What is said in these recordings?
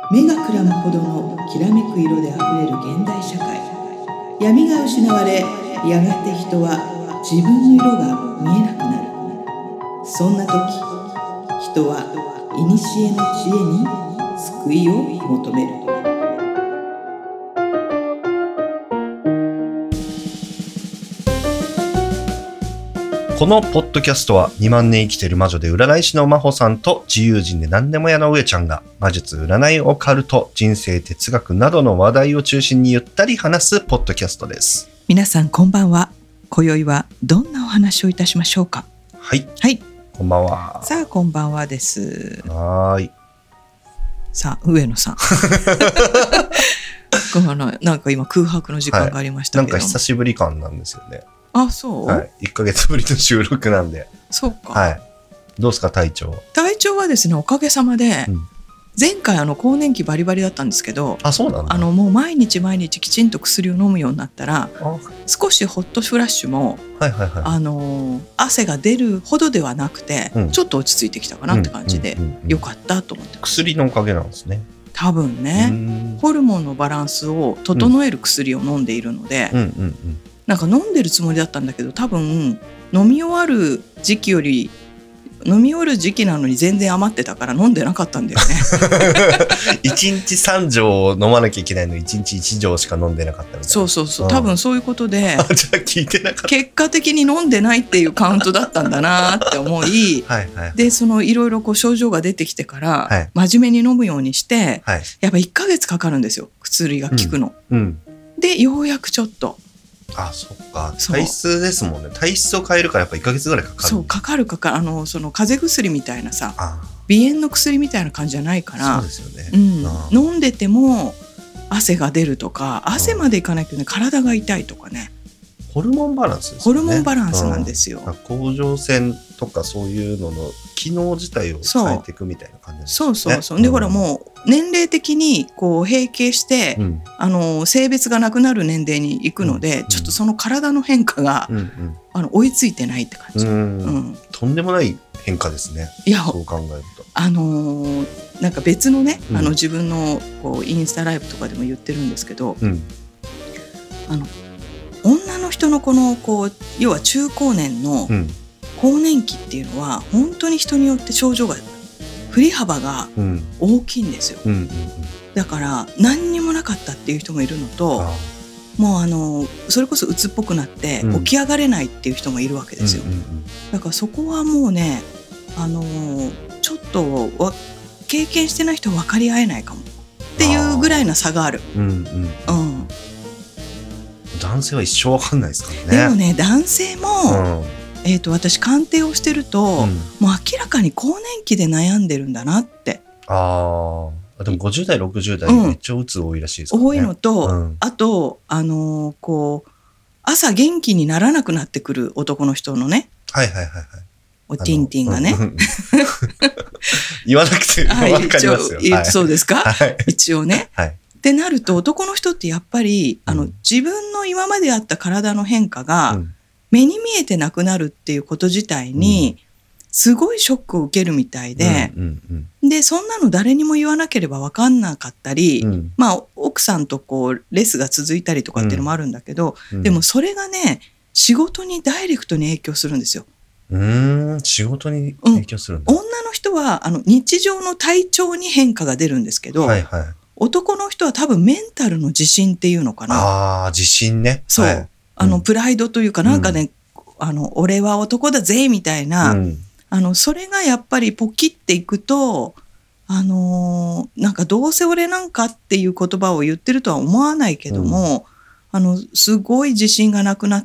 目がくらむほどのきらめく色であふれる現代社会。闇が失われ、やがて人は自分の色が見えなくなる。そんな時、人は古の知恵に救いを求める。 このポッドキャストは2万年生きている魔女で占い師の真帆さんと自由人で何でも屋の上ちゃんが魔術、占い、オカルト、人生、哲学などの話題を中心にゆったり話すポッドキャストです。 皆さんこんばんは。今宵はどんなお話をいたしましょうか。 はい、 はい、 こんばんは。 さあこんばんはです。 はーい。 さあ上野さんなんか今空白の時間がありましたけど、 なんか久しぶり感なんですよね。 あ、そう、 はい、1ヶ月ぶりの収録なんで。 そうか、 はい、どうですか体調はですね、おかげさまで、前回更年期バリバリだったんですけど、 あ、そうなんだ。 もう毎日きちんと薬を飲むようになったら、少しホットフラッシュも、汗が出るほどではなくて、ちょっと落ち着いてきたかなって感じで、よかったと思ってます。 薬のおかげなんですね。 多分ね、ホルモンのバランスを整える薬を飲んでいるので、なんか飲んでるつもりだったんだけど、多分飲み終わる時期なのに全然余ってたから飲んでなかったんだよね 1日3錠飲まなきゃいけないのに1日1錠しか飲んでなかったみたいな。そう、 多分そういうことでじゃあ聞いてなかった。 結果的に飲んでないっていうカウントだったんだなって思いで、いろいろ症状が出てきてから、真面目に飲むようにして、やっぱ1ヶ月かかるんですよ、薬が効くの、でようやくちょっと。 あ、そっか。体質ですもんね。体質を変えるからやっぱ1ヶ月ぐらいかかる。 そう、かかる風邪薬みたいなさ、鼻炎の薬みたいな感じじゃないから。そうですよね、飲んでても汗が出るとか、汗までいかないけどね、体が痛いとかね。 ホルモンバランスですよね。 ホルモンバランスなんですよ。 甲状腺とかそういうのの機能自体を変えていくみたいな感じですね。 そうで、ほらもう年齢的に並携して、性別がなくなる年齢に行くので、ちょっとその体の変化が、追いついてないって感じ。 とんでもない変化ですね。そう考えると。 なんか別のね、自分のインスタライブとかでも言ってるんですけど、女の人の要は中高年の更年期っていうのは、本当に人によって症状が振り幅が大きいんですよ。だから何にもなかったっていう人もいるのと、もうそれこそ鬱っぽくなって起き上がれないっていう人もいるわけですよ。だからそこはもうね、ちょっと経験してない人は分かり合えないかもっていうぐらいな差がある。 男性は一生わかんないですからね。 でもね、男性も、私鑑定をしてると、もう明らかに更年期で悩んでるんだなって。 でも50代60代めっちゃうつ多いらしいですからね。多いのと、あと朝元気にならなくなってくる男の人のね、おティンティンがね、 言わなくて分かりますよ。 そうですか、一応ね。ってなると、男の人ってやっぱり自分の今まであった体の変化が目に見えてなくなるっていうこと自体にすごいショックを受けるみたいで、でそんなの誰にも言わなければ分かんなかったり、奥さんとレスが続いたりとかっていうのもあるんだけど、でもそれがね、仕事にダイレクトに影響するんですよ。 仕事に影響するんだ。 女の人は日常の体調に変化が出るんですけど、男の人は多分メンタルの自信っていうのかな。 自信ね。 そう、プライドというか、なんかね、俺は男だぜみたいな、それがやっぱりポキっていくと、なんかどうせ俺なんかっていう言葉を言ってるとは思わないけども、すごい自信がなくなって、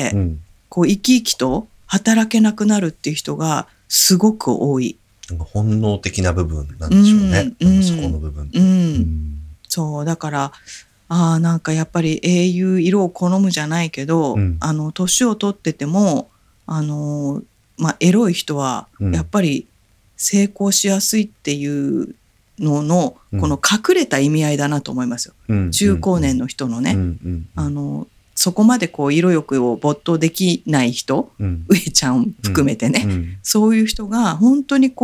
生き生きと働けなくなるっていう人がすごく多い。 本能的な部分なんでしょうね、そこの部分って。 そうだから、なんかやっぱり英雄色を好むじゃないけど、年を取っててもエロい人はやっぱり成功しやすいっていうのの、この隠れた意味合いだなと思いますよ。中高年の人のね、そこまで色欲を没頭できない人、上ちゃん含めてね、そういう人が本当に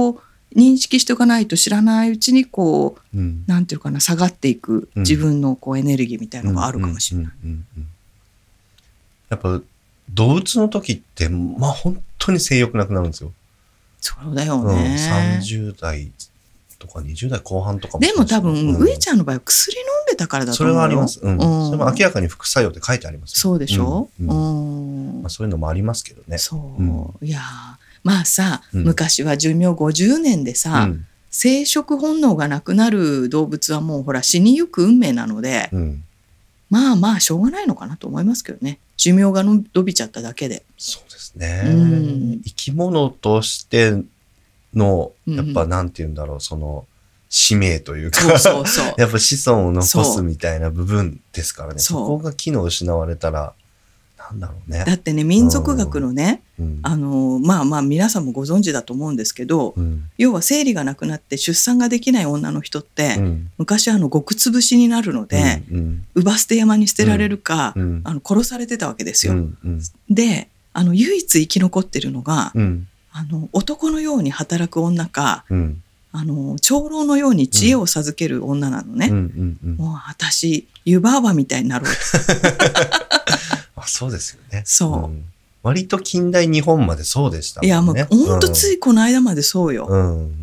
認識しておかないと知らないうちにこう、なんていうかな、下がっていく自分のこうエネルギーみたいなのがあるかもしれない。 やっぱ動物の時ってまあ本当に性欲なくなるんですよ。 そうだよね。 30代とか20代後半とかも。 でも多分、上ちゃんの場合は薬飲んでたからだと思うよ。 それはあります。それも明らかに副作用って書いてあります、 そうでしょ。 まあ、そういうのもありますけどね。 そう。いやまあさ、昔は寿命50年でさ、生殖本能がなくなる動物はもうほら死にゆく運命なので、まあまあしょうがないのかなと思いますけどね。寿命が伸びちゃっただけで。 そうですね。生き物としてのやっぱなんていうんだろう、その使命というか、やっぱ子孫を残すみたいな部分ですからね。そこが機能失われたらなんだろうね。 だってね、民族学のね、まあまあ皆さんもご存知だと思うんですけど、要は生理がなくなって出産ができない女の人って、昔極つぶしになるので、姥捨て山に捨てられるか、殺されてたわけですよ。で、唯一生き残ってるのが、男のように働く女か、長老のように知恵を授ける女なのね。もう私湯婆婆みたいになろうと。 あ、そうですよね。 そう、 割と近代日本までそうでしたもんね。 いやもうほんとついこの間までそうよ。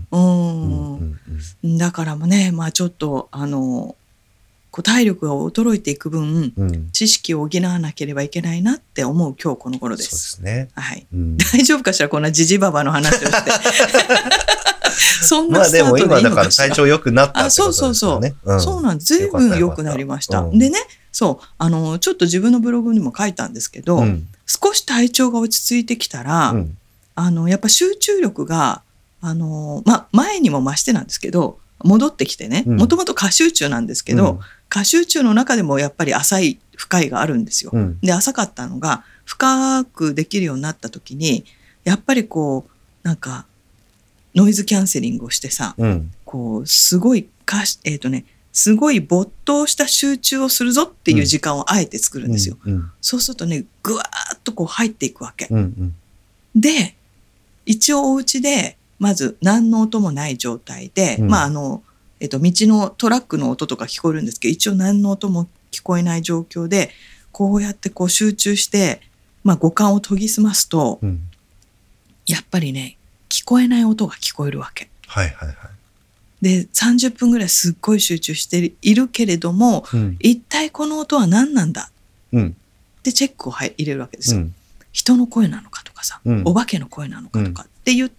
だからもね、まあちょっとこう体力が衰えていく分、知識を補わなければいけないなって思う今日この頃です。 そうですね。 はい。大丈夫かしら、こんなジジババの話をして。そんなスタートでいいのかしら。 まあでも今だから体調良くなったってことですよね。 そうなんです。随分良くなりました。でね、そうちょっと自分のブログにも書いたんですけど、少し体調が落ち着いてきたら、やっぱ集中力が前にも増してなんですけど戻ってきてね、もともと過集中なんですけど、過集中の中でもやっぱり浅い深いがあるんですよ。で、浅かったのが深くできるようになった時に、やっぱりこうなんかノイズキャンセリングをしてさ、こうすごいすごい没頭した集中をするぞっていう時間をあえて作るんですよ。そうするとね、ぐわーっとこう入っていくわけ。で、一応お家でまず何の音もない状態で、道のトラックの音とか聞こえるんですけど、一応何の音も聞こえない状況でこうやってこう集中して、五感を研ぎ澄ますと、やっぱりね、聞こえない音が聞こえるわけ。で、30分ぐらいすっごい集中しているけれども、一体この音は何なんだ、でチェックを入れるわけですよ。人の声なのかとかさ、お化けの声なのかとかって言って、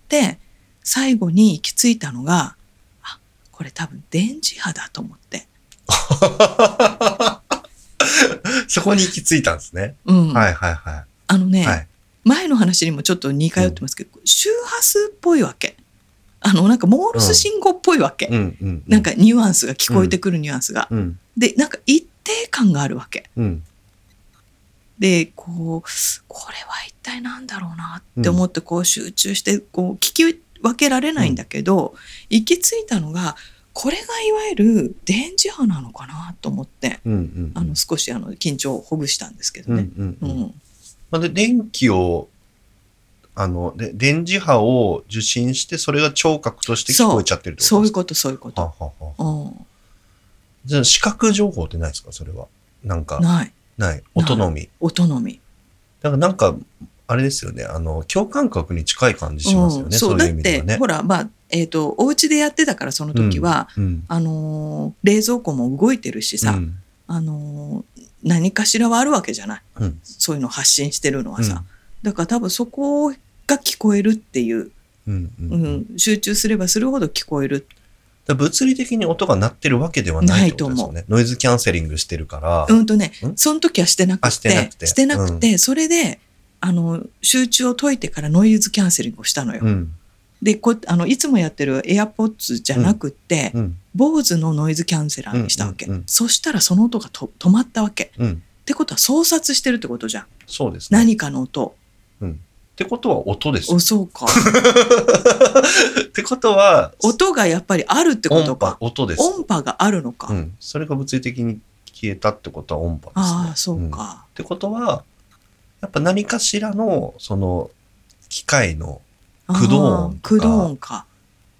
最後に行き着いたのが、これ多分電磁波だと思って。 そこに行き着いたんですね。 前の話にもちょっと似通ってますけど、周波数っぽいわけ。なんかモールス信号っぽいわけ。なんかニュアンスが聞こえてくるニュアンスが。で、なんか一定感があるわけ。で、これは一体なんだろうなって思ってこう集中してこう聞き分けられないんだけど、行き着いたのが、これがいわゆる電磁波なのかなと思って、少し緊張をほぐしたんですけどね。 で、電気を電磁波を受信して、それが聴覚として聞こえちゃってるってことですか？ そういうこと。 じゃあ視覚情報ってないですか？それはなんかない。音のみ。だからなんかあれですよね。共感覚に近い感じしますよね。そういう意味ではね。 だってほら、お家でやってたから、その時は、冷蔵庫も動いてるしさ、何かしらはあるわけじゃない。そういうのを発信してるのはさ。だから多分そこが聞こえるっていう、集中すればするほど聞こえる。 物理的に音が鳴ってるわけではないってことですよね。ノイズキャンセリングしてるから。 その時はしてなくて、それで集中を解いてからノイズキャンセリングをしたのよ。でいつもやってる AirPods じゃなくって、BOSE のノイズキャンセラーにしたわけ。そしたらその音が止まったわけ。ってことは操作してるってことじゃん。 そうですね。 何かの音。 ってことは音ですよ。 そうか。 ってことは音がやっぱりあるってことか。 音です。 音波があるのか。 それが物理的に消えたってことは音波ですね。 そうか。 ってことはやっぱ何かしらのその機械の駆動音か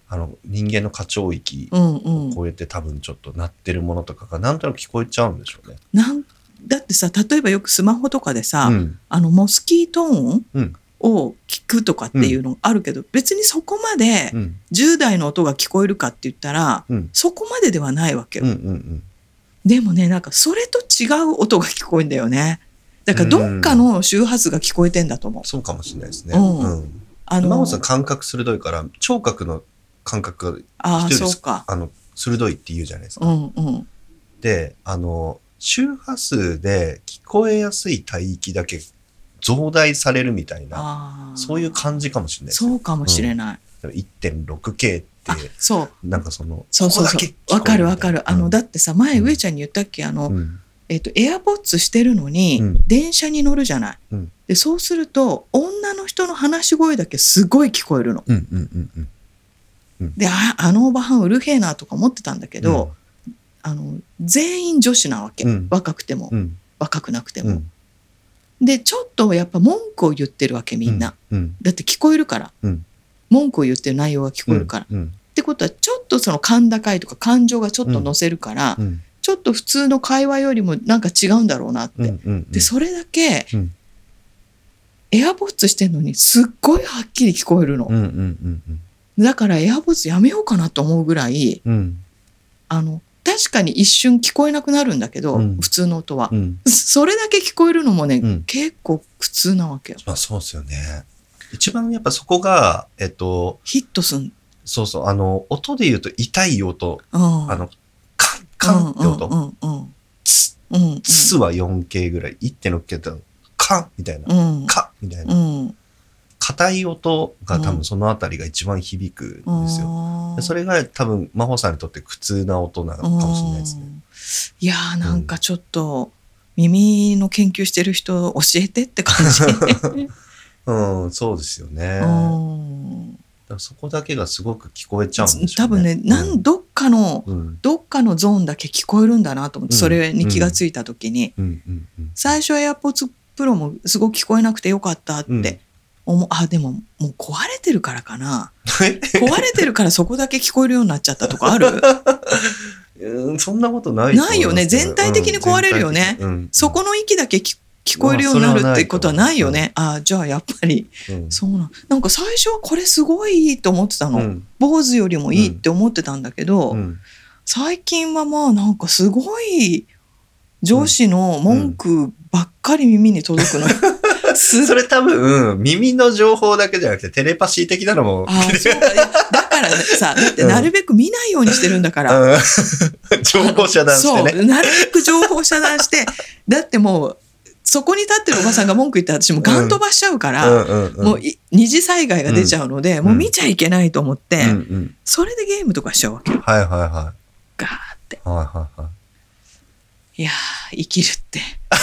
人間の過聴域を超えて多分ちょっと鳴ってるものとかがなんとなく聞こえちゃうんでしょうね。 だってさ、例えばよくスマホとかでさ、モスキート音を聞くとかっていうのあるけど、別にそこまで10台の音が聞こえるかって言ったら、そこまでではないわけよ。でもね、なんかそれと違う音が聞こえるんだよね。だからどっかの周波数が聞こえてんだと思う。 そうかもしれないですね。真帆さん感覚鋭いから、聴覚の感覚が一人鋭いって言うじゃないですか。で、周波数で聞こえやすい帯域だけ増大されるみたいな、そういう感じかもしれないですね。 そうかもしれない。 1.6K って、なんかそうわかるわかる。だってさ、前上ちゃんに言ったっけ、エアポッツしてるのに、電車に乗るじゃない。で、そうすると、女の人の話し声だけすごい聞こえるの。で、あのおばはんうるへえなとか思ってたんだけど、全員女子なわけ。若くても、若くなくても。で、ちょっとやっぱ文句を言ってるわけ、みんな。だって聞こえるから。文句を言ってる内容が聞こえるから。ってことは、ちょっとその甲高いとか感情がちょっと乗せるから、ちょっと普通の会話よりもなんか違うんだろうなって。で、それだけ、エアポッツしてるのにすっごいはっきり聞こえるの。だからエアポッツやめようかなと思うぐらい、確かに一瞬聞こえなくなるんだけど、普通の音は。それだけ聞こえるのもね、結構苦痛なわけよ。 そうですよね。一番やっぱそこが、 ヒットすん。 そうそう、音で言うと痛い音、カンって音、ツは 4K ぐらい、1.6K ってカンみたいな、カみたいな。硬い音が多分そのあたりが一番響くんですよ。それが多分真帆さんにとって苦痛な音なのかもしれないですね。 いやー、なんかちょっと耳の研究してる人教えてって感じ。 そうですよね。そこだけがすごく聞こえちゃうんでしょうね。 多分ね、どっかのゾーンだけ聞こえるんだなと思って、それに気がついた時に、最初は AirPods Pro もすごく聞こえなくてよかったってでももう壊れてるからかな。壊れてるからそこだけ聞こえるようになっちゃったとかある？ そんなことないないよね。全体的に壊れるよね。そこの息だけ聞こえるようになるってことはないよね。じゃあやっぱり、そうなんか最初はこれすごいいいと思ってたの。坊主よりもいいって思ってたんだけど、最近はまあなんかすごい上司の文句ばっかり耳に届くの。 それ多分耳の情報だけじゃなくてテレパシー的なのも。 そうだからさ、だってなるべく見ないようにしてるんだから。 情報遮断してね。 そう、なるべく情報遮断して、だってもう、そこに立ってるおばさんが文句言って私もガン飛ばしちゃうから、もう二次災害が出ちゃうので、もう見ちゃいけないと思って、それでゲームとかしちゃうわけよ。 はいはいはい。 ガーって。 はいはいはい。 いやー、生きるって。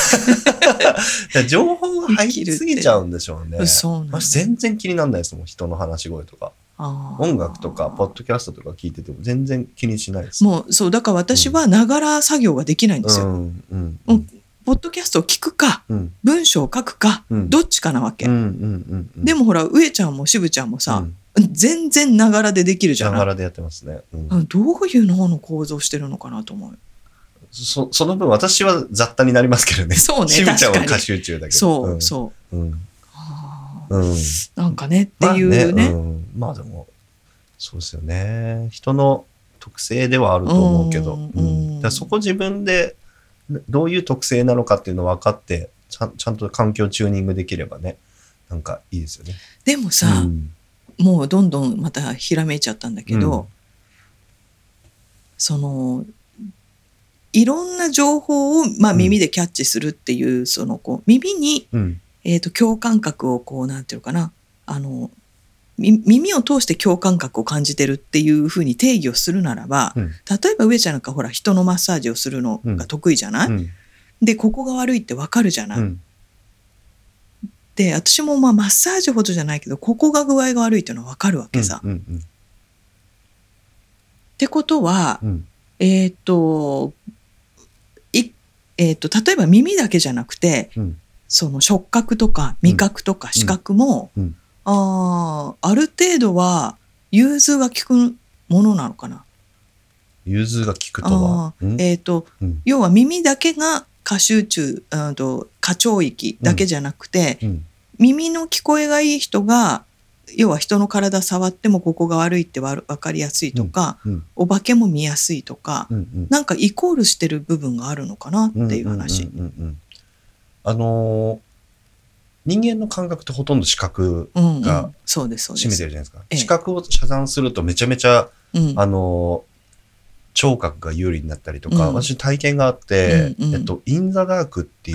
情報が入りすぎちゃうんでしょうね。 そうなんだ。 私全然気にならないですもん、人の話し声とか。音楽とか、ポッドキャストとか聞いてても全然気にしないです。 もう、そう、だから私はながら作業ができないんですよ。ポッドキャストを聞くか、文章を書くか、どっちかなわけ。でもほら、上ちゃんも渋ちゃんもさ、全然ながらでできるじゃない。 ながらでやってますね。 どういう脳の構造してるのかなと思う。 その分私は雑多になりますけどね。 そうね。 渋ちゃんは歌集中だけど。 そう。なんかねっていうね。 まあでも、そうですよね。人の特性ではあると思うけど、そこ自分でどういう特性なのかっていうのを分かって、ちゃんと環境チューニングできればね、なんかいいですよね。 でもさ、もうどんどんまたひらめいちゃったんだけど、いろんな情報を、耳でキャッチするっていう、耳に、共感覚をなんていうのかな、耳を通して共感覚を感じてるっていうふうに定義をするならば、例えば上ちゃんなんかほら人のマッサージをするのが得意じゃない？で、ここが悪いってわかるじゃない？で、私もマッサージほどじゃないけど、ここが具合が悪いっていうのはわかるわけさ。ってことは、例えば耳だけじゃなくて、その触覚とか味覚とか視覚も、ある程度は融通が利くものなのかな。 融通が利くとは、 要は耳だけが過集中、過聴域だけじゃなくて、耳の聞こえがいい人が、要は人の体触ってもここが悪いって分かりやすいとか、お化けも見やすいとか、なんかイコールしてる部分があるのかなっていう話。 人間の感覚ってほとんど視覚が占めてるじゃないですか。視覚を遮断するとめちゃめちゃ、聴覚が有利になったりとか、私体験があって、インザダークっていう、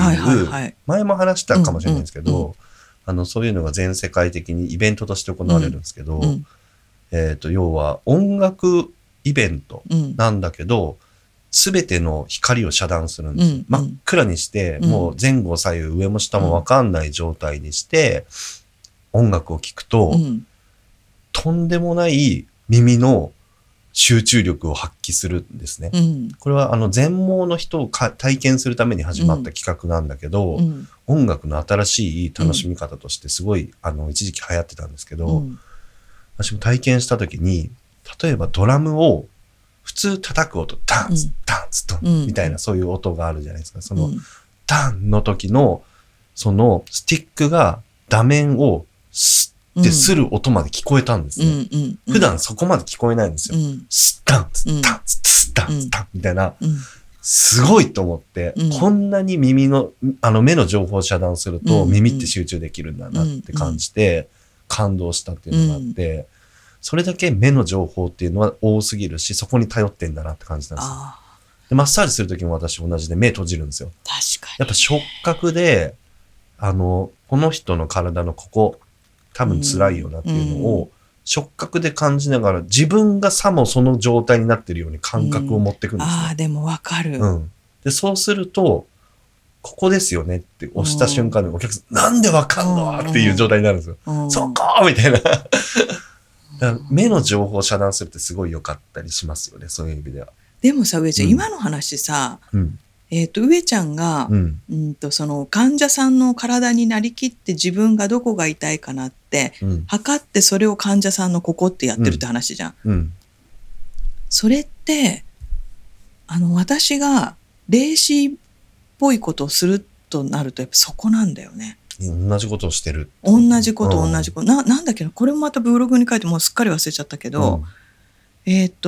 前も話したかもしれないんですけど、そういうのが全世界的にイベントとして行われるんですけど、要は音楽イベントなんだけど、すべての光を遮断するんですよ。真っ暗にして、もう前後左右上も下もわかんない状態にして、音楽を聴くと、とんでもない耳の集中力を発揮するんですね。これは全盲の人を体験するために始まった企画なんだけど、音楽の新しい楽しみ方としてすごい一時期流行ってたんですけど、私も体験した時に、例えばドラムを普通叩く音、ダンス、ダンス、ドンみたいなそういう音があるじゃないですか。そのダンの時のそのスティックが打面をスッてする音まで聞こえたんですね。普段そこまで聞こえないんですよ。スッダンス、ダンス、スッダンス、ダンみたいな。すごいと思って、こんなに耳の、目の情報を遮断すると耳って集中できるんだなって感じて感動したっていうのがあって、それだけ目の情報っていうのは多すぎるし、そこに頼ってんだなって感じなんですよ。で、マッサージするときも私同じで目閉じるんですよ。 確かに。 やっぱ触覚で、この人の体のここ、多分辛いよなっていうのを、触覚で感じながら、自分がさもその状態になってるように感覚を持ってくるんですね。 でもわかる。 で、そうすると、ここですよねって押した瞬間にお客さん、なんでわかんのっていう状態になるんですよ。そこみたいな。目の情報を遮断するってすごい良かったりしますよね、そういう意味では。 でもさ、上ちゃん、今の話さ、上ちゃんが、その患者さんの体になりきって自分がどこが痛いかなって、測ってそれを患者さんのここってやってるって話じゃん。それって、私が霊視っぽいことをするとなると、やっぱそこなんだよね。 同じことをしてる。 同じこと。なんだっけな、これもまたブログに書いてもうすっかり忘れちゃったけど、例え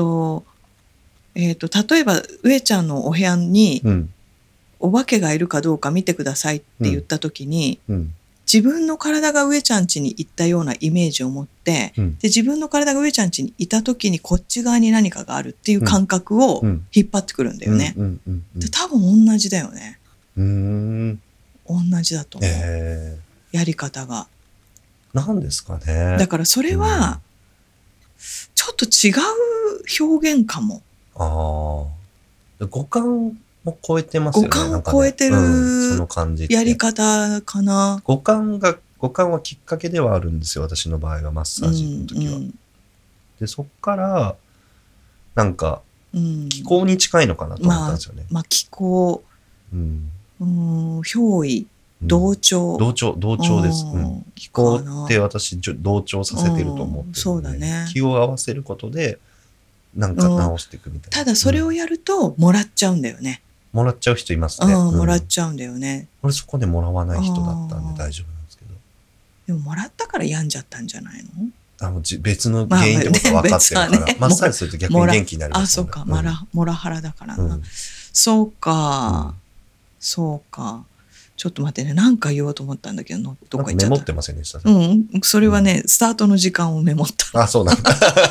ば、上ちゃんのお部屋に、お化けがいるかどうか見てくださいって言ったときに、自分の体が上ちゃん家に行ったようなイメージを持って、で自分の体が上ちゃん家にいたときにこっち側に何かがあるっていう感覚を引っ張ってくるんだよね。多分同じだよね。同じだと思う。やり方が。 なんですかね。 だからそれは、ちょっと違う表現かも。 五感も超えてますよね。 五感を超えてるその感じやり方かな。 五感はきっかけではあるんですよ。私の場合はマッサージの時は。で、そっから、なんか、気候に近いのかなと思ったんですよね。 気候、憑依、同調。 同調です。気候って私、同調させてると思ってる。 そうだね。 気を合わせることで、なんか直していくみたいな。 ただそれをやると、もらっちゃうんだよね。 もらっちゃう人いますね。 もらっちゃうんだよね。 俺そこでもらわない人だったんで大丈夫なんですけど。 でももらったから病んじゃったんじゃないの？ 別の原因ってことが分かってるから、マッサージすると逆に元気になります。 そうか、モラハラだからな。そうか。ちょっと待ってね、何か言おうと思ったんだけど、どこ行っちゃった？ メモってませんでした？ それはね、スタートの時間をメモった。 そうなんだ。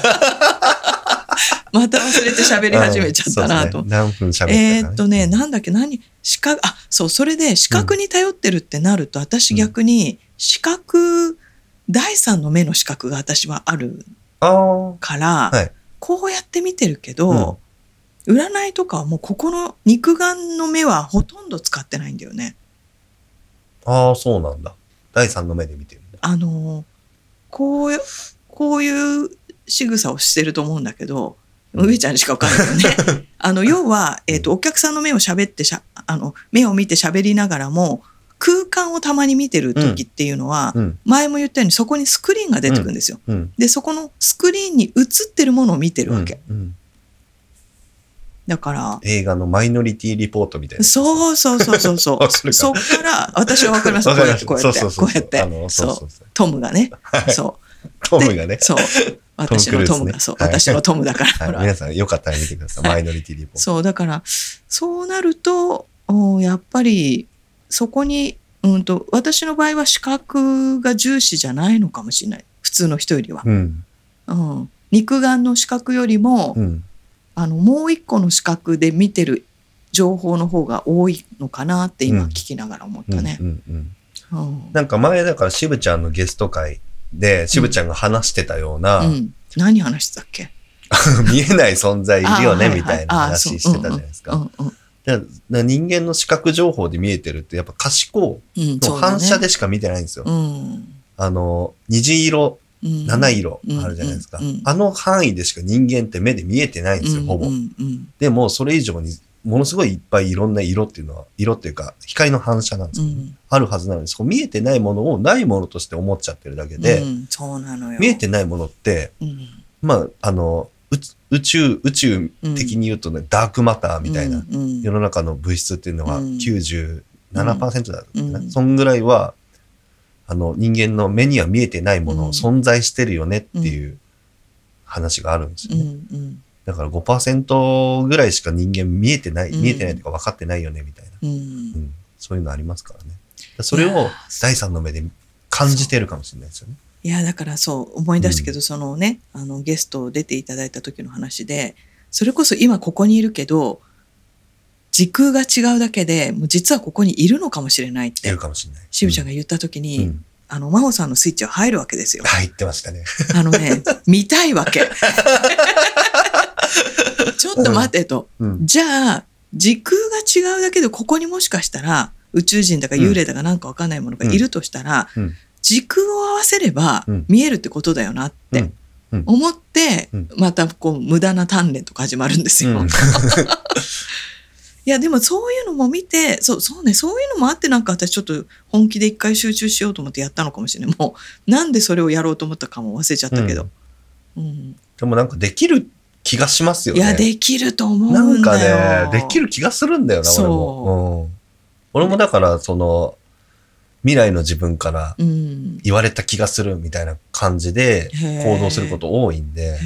また忘れて喋り始めちゃったなと。 何分喋ったかね。 なんだっけ、それで視覚に頼ってるってなると、私逆に視覚、第三の目の視覚が私はあるから、こうやって見てるけど、占いとかはもうここの肉眼の目はほとんど使ってないんだよね。 そうなんだ。第三の目で見てる。 こういう仕草をしてると思うんだけど、上ちゃんにしかわかんないよね。要は、お客さんの目を見て喋りながらも、 空間をたまに見てる時っていうのは、前も言ったようにそこにスクリーンが出てくるんですよ。で、そこのスクリーンに映ってるものを見てるわけ。だから映画のマイノリティリポートみたいな。 そうそこから私は分かります。こうやってトムがね、 トムがね、 私のトムが私のトムだから、皆さんよかったら見てください。マイノリティリポート。 そうだからそうなるとやっぱりそこに私の場合は視覚が重視じゃないのかもしれない。普通の人よりは。肉眼の視覚よりも。もう一個の視覚で見てる情報の方が多いのかなって今聞きながら思ったね。 なんか前だから渋ちゃんのゲスト会で渋ちゃんが話してたような、 何話してたっけ見えない存在いるよねみたいな話してたじゃないですか。人間の視覚情報で見えてるってやっぱ可視光の反射でしか見てないんですよ。虹色7色あるじゃないですか。あの範囲でしか人間って目で見えてないんですよ、ほぼ。でも、それ以上にものすごいいっぱいいろんな色っていうのは、色っていうか、光の反射なんですけど、あるはずなのに、そこ見えてないものをないものとして思っちゃってるだけで、見えてないものって、まあ、宇宙的に言うとね、ダークマターみたいな、世の中の物質っていうのは 97% だとかね。そんぐらいは、人間の目には見えてないものを存在してるよねっていう話があるんですよね。だから 5% ぐらいしか人間見えてないというか分かってないよねみたいな、そういうのありますからね。それを第三の目で感じてるかもしれないですよね。 いやだからそう思い出したけど、そのねゲスト出ていただいた時の話で、それこそ今ここにいるけど時空が違うだけでもう実はここにいるのかもしれないって渋ちゃんが言った時に、真帆さんのスイッチは入るわけですよ。 入ってましたね。 見たいわけ。ちょっと待てと、じゃあ時空が違うだけでここにもしかしたら宇宙人だか幽霊だかなんか分かんないものがいるとしたら、時空を合わせれば見えるってことだよなって思って、またこう無駄な鍛錬とか始まるんですよ。いやでもそういうのも見てそういうのもあってなんか私ちょっと本気で一回集中しようと思ってやったのかもしれない。もうなんでそれをやろうと思ったかも忘れちゃったけど、 でもなんかできる気がしますよね。 いやできると思うんだよ。 なんかねできる気がするんだよな。俺もだからその未来の自分から言われた気がするみたいな感じで行動すること多いんで、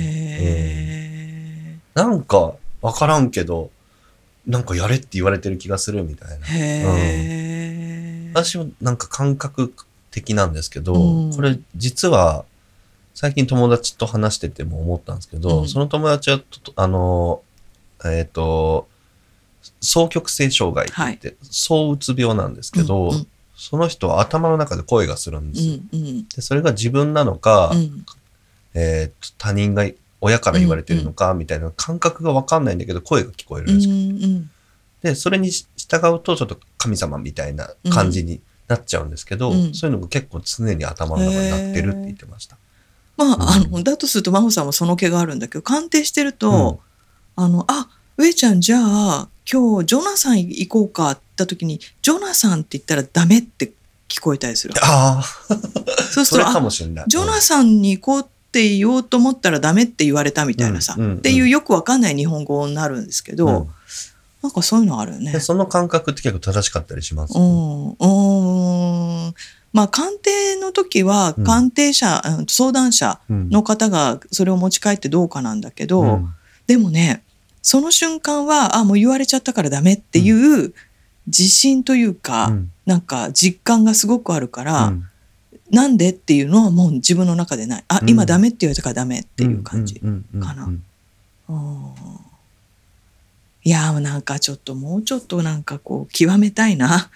なんか分からんけどなんかやれって言われてる気がするみたいな。私もなんか感覚的なんですけど、これ実は最近友達と話してても思ったんですけど、その友達は双極性障害って言って、躁うつ病なんですけど、その人は頭の中で声がするんですよ。でそれが自分なのか、他人が親から言われてるのかみたいな感覚が分かんないんだけど声が聞こえるらしくて、でそれに従うとちょっと神様みたいな感じになっちゃうんですけど、そういうのが結構常に頭の中になってるって言ってました。 だとすると真帆さんもその気があるんだけど、鑑定してると、上ちゃんじゃあ今日ジョナサン行こうかって言った時にジョナサンって言ったらダメって聞こえたりする。そうするとかもしれない。 ジョナサンに行こうって言おうと思ったらダメって言われたみたいなさ、っていうよくわかんない日本語になるんですけど、なんかそういうのあるよね。 その感覚って結構正しかったりします。 鑑定の時は鑑定者、相談者の方がそれを持ち帰ってどうかなんだけど、でもねその瞬間はもう言われちゃったからダメっていう自信というか、なんか実感がすごくあるから、なんでっていうのはもう自分の中でない。今ダメって言われたからダメっていう感じかな。いやなんかちょっともうちょっとなんかこう極めたいな。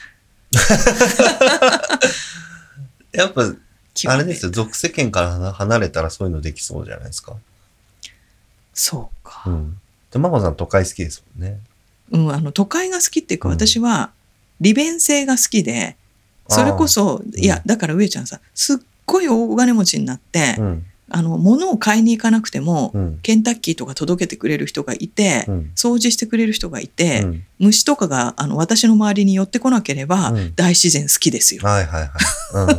やっぱあれですよ、俗世間から離れたらそういうのできそうじゃないですか。 そうか。 で真帆さん都会好きですもんね。 都会が好きっていうか、私は利便性が好きで、それこそいやだから上ちゃんさすっごい大金持ちになって、 物を買いに行かなくても、 うん、 ケンタッキーとか届けてくれる人がいて、 うん、 掃除してくれる人がいて、 うん、 虫とかが私の周りに寄ってこなければ、 うん、 大自然好きですよ。 はいはいはい。うん、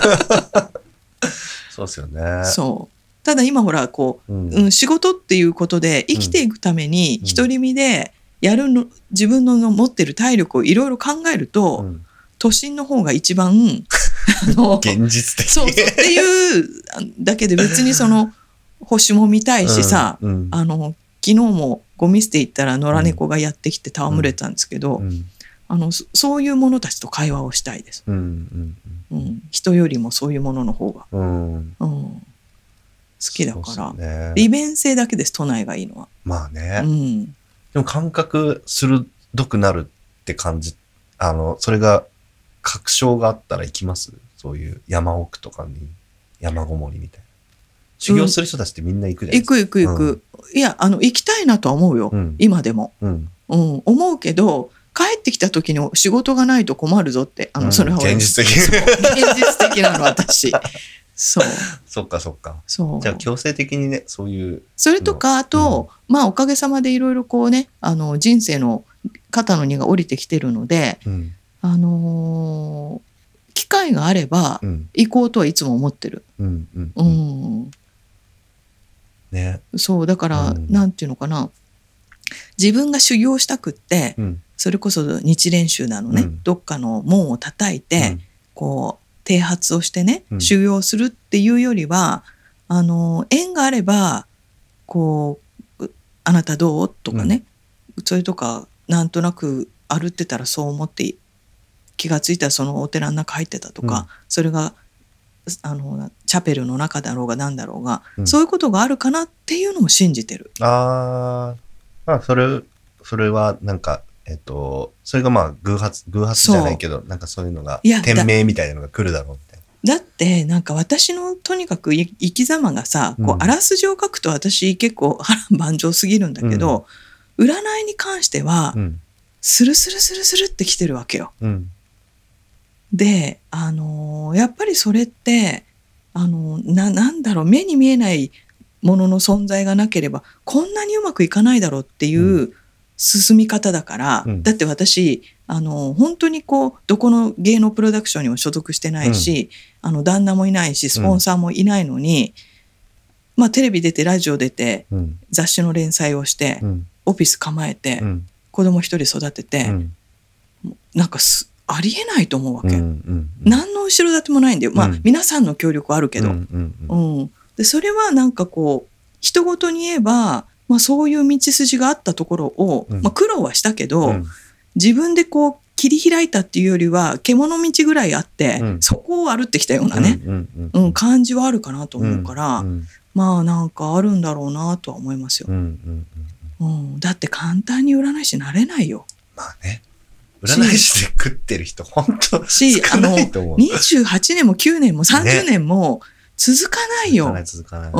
そうですよね。 そう。ただ今ほらこう、 うん仕事っていうことで生きていくために独り身でやるの、自分の持ってる体力をいろいろ考えると、 うん、 都心の方が一番現実的。 そうそうっていうだけで別にその星も見たいしさ、 うん、 昨日もゴミ捨て行ったら野良猫がやってきて戯れたんですけど、そういう者たちと会話をしたいです、人よりもそういうものの方が、好きだから、ね、利便性だけです、都内がいいのは。 まあね、でも感覚鋭くなるって感じ、それが確証があったら行きます？そういう山奥とかに山ごもりみたいな。修行する人たちってみんな行くじゃないですか。 行く。いや、行きたいなとは思うよ。今でも。思うけど、帰ってきた時に仕事がないと困るぞって。それは現実的。 現実的なの、私。そう。 そっかそっか。 そう。 じゃあ強制的にね、そういう。 それとか、あと、まあおかげさまでいろいろこうね、人生の肩の荷が下りてきてるので、機会があれば行こうとはいつも思ってる。ね、そうだから、なんていうのかな、自分が修行したくって、それこそ日蓮宗なのね、どっかの門を叩いて、こう剃髪をしてね、修行するっていうよりは、縁があればこうあなたどうとかね、それとかなんとなく歩ってたらそう思って気がついたらそのお寺の中入ってたとか、それがチャペルの中だろうが何だろうが、そういうことがあるかなっていうのも信じてる。 まあそれはなんかそれがまあ偶発じゃないけど、なんかそういうのが天命みたいなのが来るだろうみたいな。だってなんか私のとにかく生き様がさ、こうあらすじを書くと私結構波乱万丈すぎるんだけど、占いに関しては、スルスルスルスルってきてるわけよ。で、やっぱりそれってなんだろう、目に見えないものの存在がなければこんなにうまくいかないだろうっていう進み方だから、だって私本当にこうどこの芸能プロダクションにも所属してないし、旦那もいないしスポンサーもいないのに、まあテレビ出てラジオ出て、雑誌の連載をして、オフィス構えて、子供一人育てて、なんかありえないと思うわけ、何の後ろ盾もないんだよ。まあ皆さんの協力はあるけど、でそれはなんかこう人ごとに言えば、まあ、そういう道筋があったところを、まあ、苦労はしたけど、自分でこう切り開いたっていうよりは獣道ぐらいあって、そこを歩ってきたようなね、感じはあるかなと思うから、まあなんかあるんだろうなとは思いますよ。だって簡単に占い師になれないよ。 まあね、占い師で食ってる人本当少ないと思う。 28年も9年も30年も続かないよ。 続かない。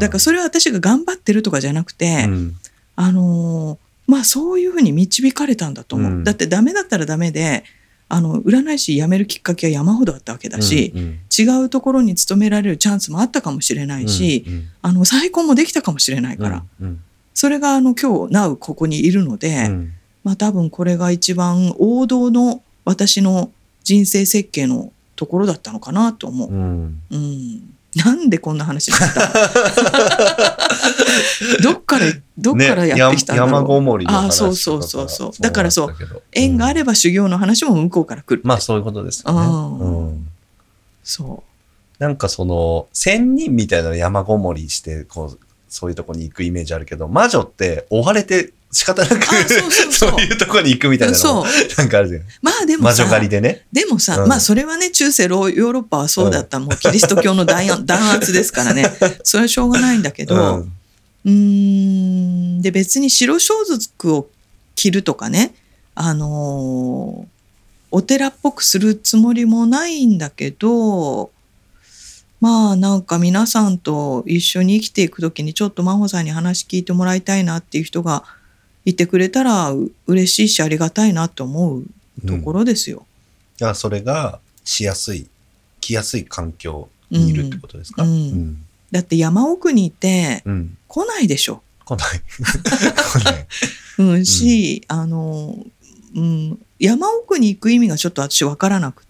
だからそれは私が頑張ってるとかじゃなくて、まあそういうふうに導かれたんだと思う。だってダメだったらダメで、占い師辞めるきっかけは山ほどあったわけだし、違うところに勤められるチャンスもあったかもしれないし、再婚もできたかもしれないから、それが今日なうここにいるので、まあ多分これが一番王道の私の人生設計のところだったのかなと思う。なんでこんな話になったどっからやってきたんだろう、 山ごもりの話とか。 そうだからそう、縁があれば修行の話も向こうから来る。 まあそういうことですよね。 そうなんかその仙人みたいな山ごもりしてこうそういうとこに行くイメージあるけど、魔女って追われて仕方なくそういうとこに行くみたいなのなんかあるじゃん。 まあでもさ、 魔女狩りでね。 でもさ、まあそれはね、中世ヨーロッパはそうだった、もうキリスト教の弾圧ですからねそれはしょうがないんだけど、で別に白装束を着るとかね、お寺っぽくするつもりもないんだけど、まあなんか皆さんと一緒に生きていくときにちょっと真帆さんに話聞いてもらいたいなっていう人がいてくれたら嬉しいしありがたいなと思うところですよ。 だからそれが来やすい環境にいるってことですか。 だって山奥にいて、 うん、 来ないでしょ。 来ない。来ない。 し、山奥に行く意味がちょっと私分からなくって、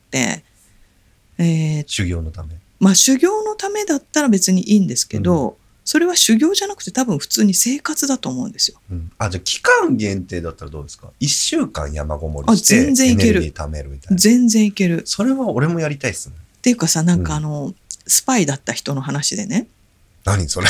修行のため。 まあ修行のためだったら別にいいんですけど、それは修行じゃなくて多分普通に生活だと思うんですよ。 じゃあ期間限定だったらどうですか？ 1 週間山ごもりして全然いける。 エネルギー貯めるみたいな。 全然いける。 それは俺もやりたいっすね。 っていうかさ、なんかスパイだった人の話でね。 何それ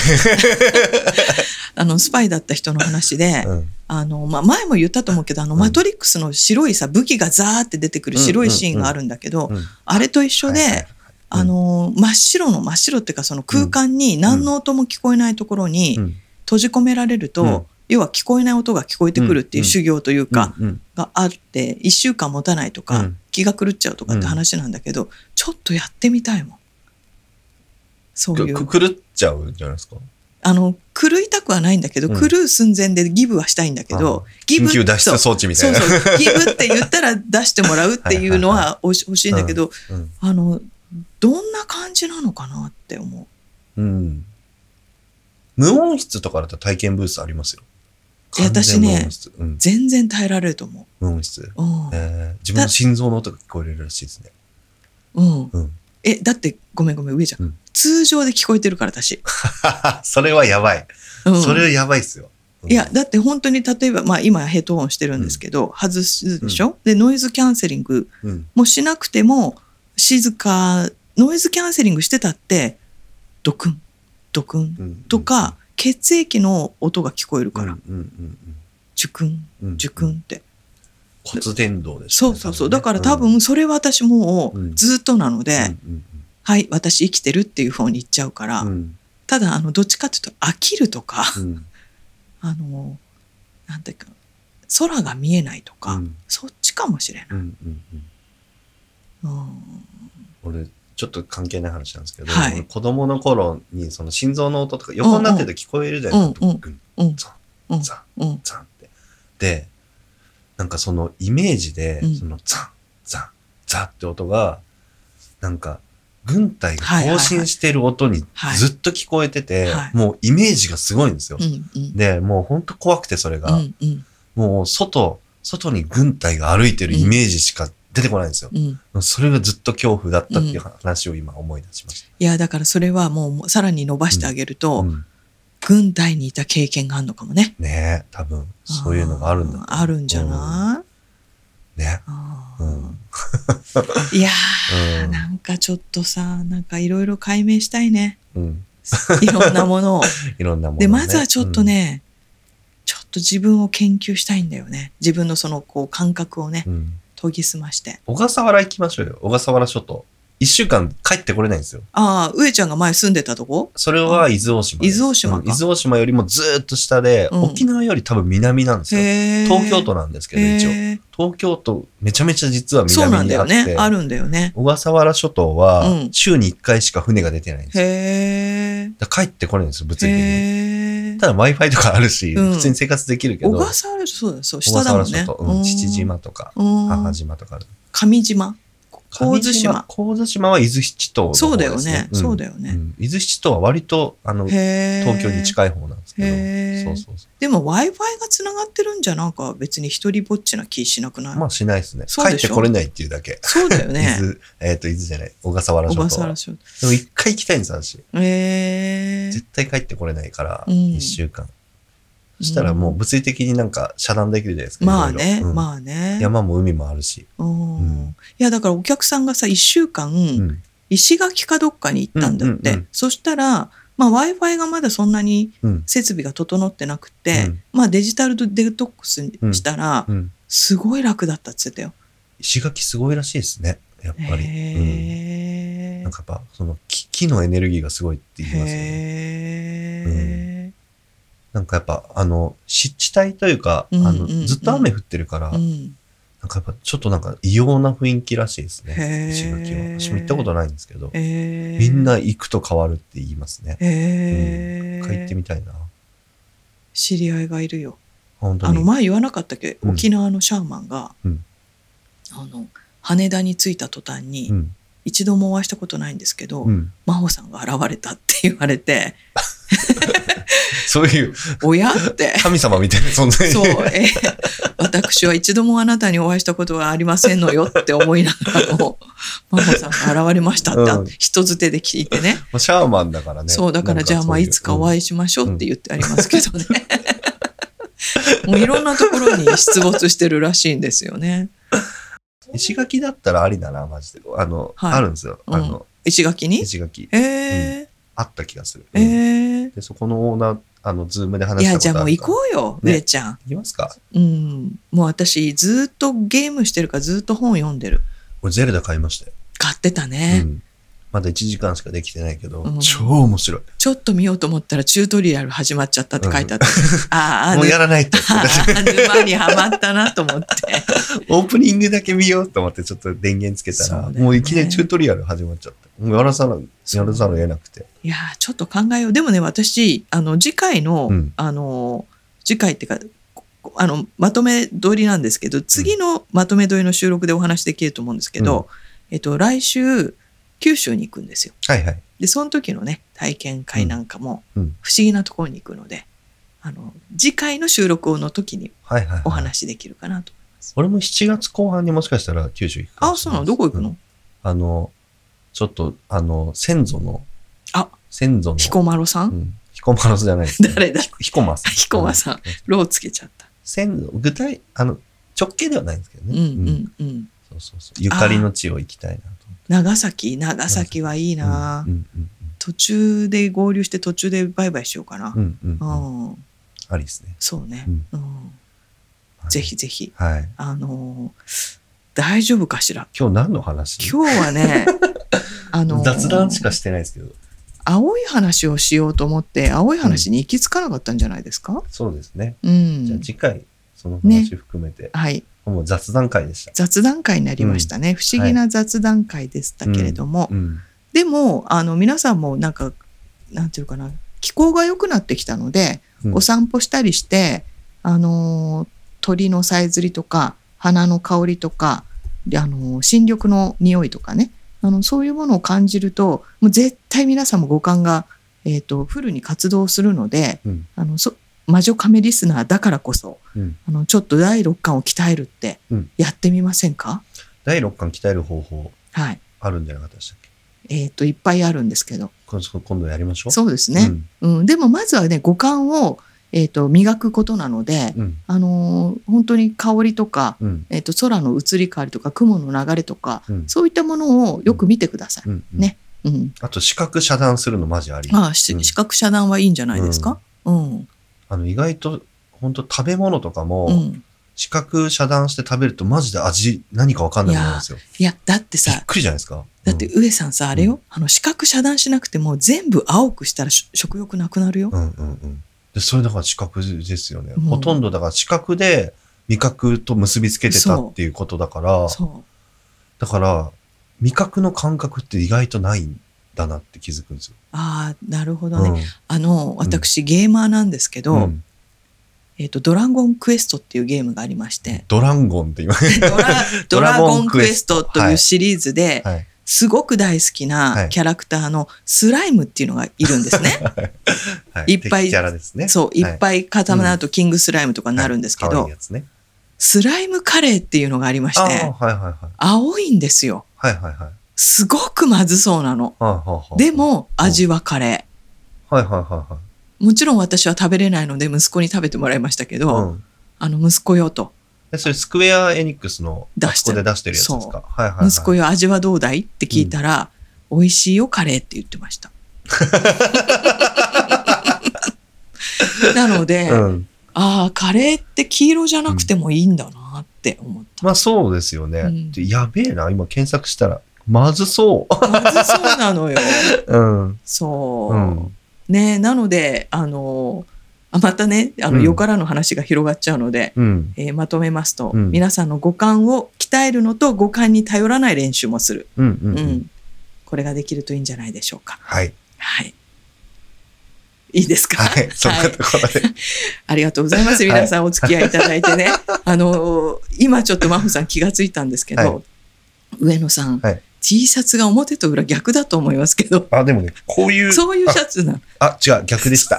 スパイだった人の話で、前も言ったと思うけど、マトリックスの白いさ、武器がザーって出てくる白いシーンがあるんだけど、あれと一緒で、真っ白っていうかその空間に何の音も聞こえないところに閉じ込められると、要は聞こえない音が聞こえてくるっていう修行というか、があって、1週間持たないとか、気が狂っちゃうとかって話なんだけど、ちょっとやってみたいもん。そういう。 狂っちゃうんじゃないですか？ 狂いたくはないんだけど、狂う寸前でギブはしたいんだけど、 緊急脱出装置みたいな。 そうギブって言ったら出してもらうっていうのは欲しいんだけど、どんな感じなのかなって思う。 無音室とかだと体験ブースありますよ。 私ね、全然耐えられると思う。 無音室。自分の心臓の音が聞こえるらしいですね。 だってごめん上ちゃん、通常で聞こえてるから私。 それはやばい。それはやばいっすよ。 いやだって本当に例えば、今ヘッドホンしてるんですけど、外すでしょ、でノイズキャンセリングもしなくても静か、ノイズキャンセリングしてたってドクンドクンとか、血液の音が聞こえるから、ジュクンジュクンって、 骨伝導ですね。そうだから多分それは私もうずっとなので、はい私生きてるっていう方に言っちゃうから、ただどっちかっていうと飽きるとか、なんていうか空が見えないとか、そっちかもしれない。 俺ちょっと関係ない話なんですけど、子供の頃にその心臓の音とか横になってると聞こえるじゃないですか。ザンザンザンって。でなんかそのイメージで、そのザンザンザンって音がなんか軍隊が行進してる音にずっと聞こえてて、もうイメージがすごいんですよ。でもう本当怖くて、それが、もう外に軍隊が歩いてるイメージしか出てこないんですよ。それがずっと恐怖だったっていう話を今思い出しました。 いやだからそれはもうさらに伸ばしてあげると、軍隊にいた経験があるのかもね。 ねえ、多分そういうのがあるんだ。 あるんじゃない？ね。いやー、なんかちょっとさ、なんかいろいろ解明したいね。いろんなものを。 いろんなもの、ね。 で、まずはちょっとね、ちょっと自分を研究したいんだよね。自分のそのこう感覚をね、研ぎ澄まして。 小笠原行きましょうよ。小笠原諸島。1週間帰ってこれないんですよ。 上ちゃんが前住んでたとこ？ それは伊豆大島。 伊豆大島か。 伊豆大島よりもずっと下で、沖縄より多分南なんですよ。東京都なんですけど、一応。東京都めちゃめちゃ実は南にあって。そうなんだよね。 あるんだよね。 小笠原諸島は週に1回しか船が出てないんですよ。だから帰ってこないんですよ、物理的に。ただ Wi-Fi とかあるし、普通に生活できるけど。 小笠原そうだ、そう、下だもんね。 父島とか、母島とかある。 上島。神津島。 神津島は伊豆七島の方ですね。 そうだよね。そうだよね。 伊豆七島は割と東京に近い方なんですけど。そう。 でも Wi-Fi がつながってるんじゃなんか別に一人ぼっちな気しなくない？ まあしないですね。帰ってこれないっていうだけ。 そうだよね。 伊豆じゃない。小笠原諸島。小笠原諸島。でも一回行きたいんです、私。絶対帰ってこれないから、1週間。そしたらもう物理的になんか遮断できるじゃないですか。 まあね、まあね。 山も海もあるし。 いやだからお客さんがさ1週間石垣かどっかに行ったんだって。そしたらWi-Fi がまだそんなに設備が整ってなくて、デジタルデトックスにしたらすごい楽だったって言ってたよ。 石垣すごいらしいですね、やっぱり。なんかやっぱその木のエネルギーがすごいって言いますよね。なんかやっぱ湿地帯というかずっと雨降ってるから、なんかやっぱちょっとなんか異様な雰囲気らしいですね、石垣は。私も行ったことないんですけど、みんな行くと変わるって言いますね。一回行ってみたいな。 知り合いがいるよ。 本当に前言わなかったっけ、沖縄のシャーマンが、羽田に着いた途端に、 一度もお会いしたことないんですけど、真帆さんが現れたって言われてそういう親って神様みたいな存在。 そう、私は一度もあなたにお会いしたことはありませんのよって思いながらも真帆さんが現れましたって人づてで聞いてね、 シャーマンだからね。 そうだからじゃあいつかお会いしましょうって言ってありますけどね、もういろんなところに出没してるらしいんですよね。 石垣だったらありだな、マジで。はい、あるんですよ。 石垣に？ 石垣。あった気がする。 で、 そこのオーナー、ズームで話したことあるから。いや、 じゃあもう行こうよ、上ちゃん。 行きますか？ もう私、ずっとゲームしてるからずっと本読んでる。 俺、ゼルダ買いましたよ。 買ってたね。 まだ1時間しかできてないけど、超面白い。 ちょっと見ようと思ったらチュートリアル始まっちゃったって書いてあった。 もうやらないと。 沼にはまったなと思って。 オープニングだけ見ようと思ってちょっと電源つけたら、もういきなりチュートリアル始まっちゃった。もうやらざるを得なくて。 いやちょっと考えよう。でもね、私、次回の、次回っていうか、まとめ撮りなんですけど、次のまとめ撮りの収録でお話できると思うんですけど、来週、九州に行くんですよ。 はいはい。 で、その時のね、体験会なんかも、不思議なところに行くので、次回の収録の時にお話できるかなと思います。 俺も7月後半にもしかしたら九州行くかもしれない。 そうなの？どこ行くの？ ちょっと、先祖の。 彦摩呂さん？ 彦摩呂じゃないです。 誰だ？ 彦摩さん。 彦摩さん。ローつけちゃった。 具体、直系ではないんですけどね。そう。ゆかりの地を行きたいなと。 長崎はいいな。途中で合流して途中でバイバイしようかな。 ありですね。 そうね。ぜひぜひ。 はい。 大丈夫かしら。 今日何の話？ 今日はね、 雑談しかしてないですけど。 青い話をしようと思って青い話に行き着かなかったんじゃないですか？ そうですね。じゃあ次回その話含めて。はい。もう雑談会でした。 雑談会になりましたね。不思議な雑談会でしたけれども、でも皆さんもなんていうかな、気候が良くなってきたので、お散歩したりして鳥のさえずりとか花の香りとか新緑の匂いとかね、そういうものを感じるともう絶対皆さんも五感がフルに活動するので、魔女カメリスナーだからこそ、ちょっと第六感を鍛えるってやってみませんか？ 第六感鍛える方法、あるんじゃなかったでしたっけ？いっぱいあるんですけど、 今度やりましょう。 そうですね。でもまずはね、五感を、磨くことなので、本当に香りとか、空の移り変わりとか雲の流れとか、そういったものをよく見てください。ね。 あと視覚遮断するのマジあり。 視覚遮断はいいんじゃないですか？ 意外と本当食べ物とかも、視覚遮断して食べるとマジで味何か分かんないんですよ。 いやだってさ、 びっくりじゃないですか。 だって上さんさ、あれよ、視覚遮断しなくても全部青くしたら食欲なくなるよ。 でそれだから視覚ですよね。ほとんどだから視覚で味覚と結びつけてたっていうことだから、だから味覚の感覚って意外とないんだなって気づくんですよ。 なるほどね。私ゲーマーなんですけど、ドラゴンクエストっていうゲームがありまして、 ドラゴンって言われドラゴンクエストというシリーズで、すごく大好きなキャラクターのスライムっていうのがいるんですね。いっぱい、そう、いっぱい固まるとキングスライムとかになるんですけど、スライムカレーっていうのがありまして、青いんですよ。すごくまずそうなの。でも味はカレー。もちろん私は食べれないので息子に食べてもらいましたけど、息子よと。 それスクエアエニックスのあそこで出してるやつですか？ 息子よ、味はどうだいって聞いたら、美味しいよカレーって言ってました。なので、カレーって黄色じゃなくてもいいんだなって思った。 まあそうですよね。やべえな、今検索したらまずそう。 まずそうなのよ。そう。ね、なのでまたね、よからぬ話が広がっちゃうので、まとめますと、皆さんの五感を鍛えるのと五感に頼らない練習もする。これができるといいんじゃないでしょうか。はい。いいですか？ はい、そんなところで。 ありがとうございます。皆さんお付き合いいただいてね。今ちょっと真帆さん気がついたんですけど、上野さん、 T シャツが表と裏逆だと思いますけど。 でもね、こういう。 そういうシャツなの。 違う、逆でした。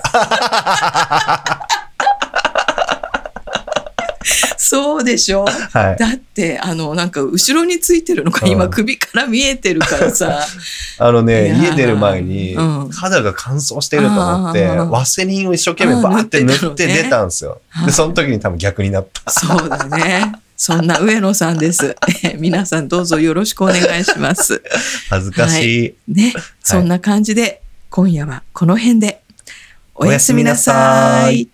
そうでしょ、はい、だってなんか後ろについてるのが今首から見えてるからさ家出る前に肌が乾燥してると思ってワセリンを一生懸命バーって塗って出たんですよ。でその時に多分逆になった。 そうだね。そんな上野さんです。皆さんどうぞよろしくお願いします。 恥ずかしい、 はいね、そんな感じで今夜はこの辺でおやすみなさい。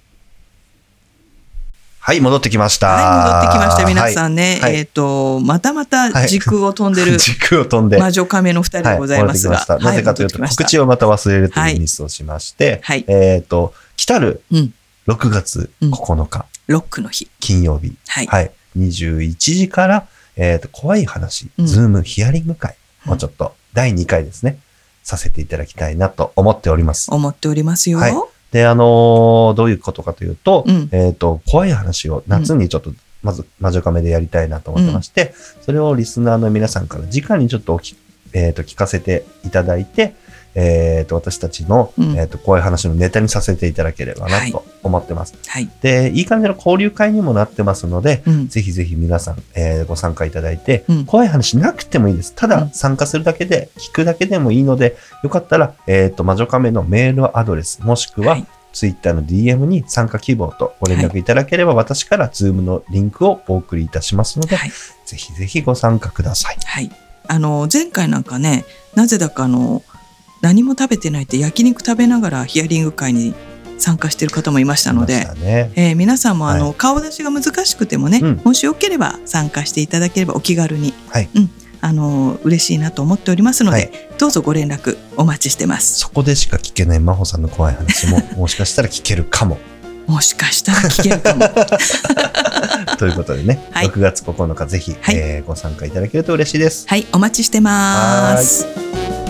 はい、戻ってきました。 はい、戻ってきました。皆さんね、はい、また時空を飛んでる、 時空を飛んで魔女亀の2人でございますが、 なぜかというと告知をまた忘れるというミスをしまして、はい、来たる6月9日、 ロックの日、 金曜日、はい、21時から、怖い話、ズームヒアリング会をちょっと第2回ですね、させていただきたいなと思っております。 思っておりますよ。はい、 で、どういうことかというと、怖い話を夏にちょっと、まず、魔女カメでやりたいなと思ってまして、それをリスナーの皆さんから直にちょっと聞かせていただいて、私たちの、怖い話のネタにさせていただければなと思ってます。はい。で、いい感じの交流会にもなってますので、ぜひぜひ皆さん、ご参加いただいて、怖い話なくてもいいです。ただ、参加するだけで、聞くだけでもいいので、よかったら、魔女カメのメールアドレス、もしくは、ツイッターの DM に参加希望とご連絡いただければ、私からズームのリンクをお送りいたしますので、ぜひぜひご参加ください。 はい。前回なんかね、なぜだか何も食べてないって焼肉食べながらヒアリング会に参加している方もいましたので、皆さんも顔出しが難しくてもね、もしよければ参加していただければお気軽に、嬉しいなと思っておりますので、どうぞご連絡お待ちしてます。 そこでしか聞けない真帆さんの怖い話ももしかしたら聞けるかも。 もしかしたら聞けるかも。 ということでね、6月9日ぜひ、ご参加いただけると嬉しいです。 はい、お待ちしてます。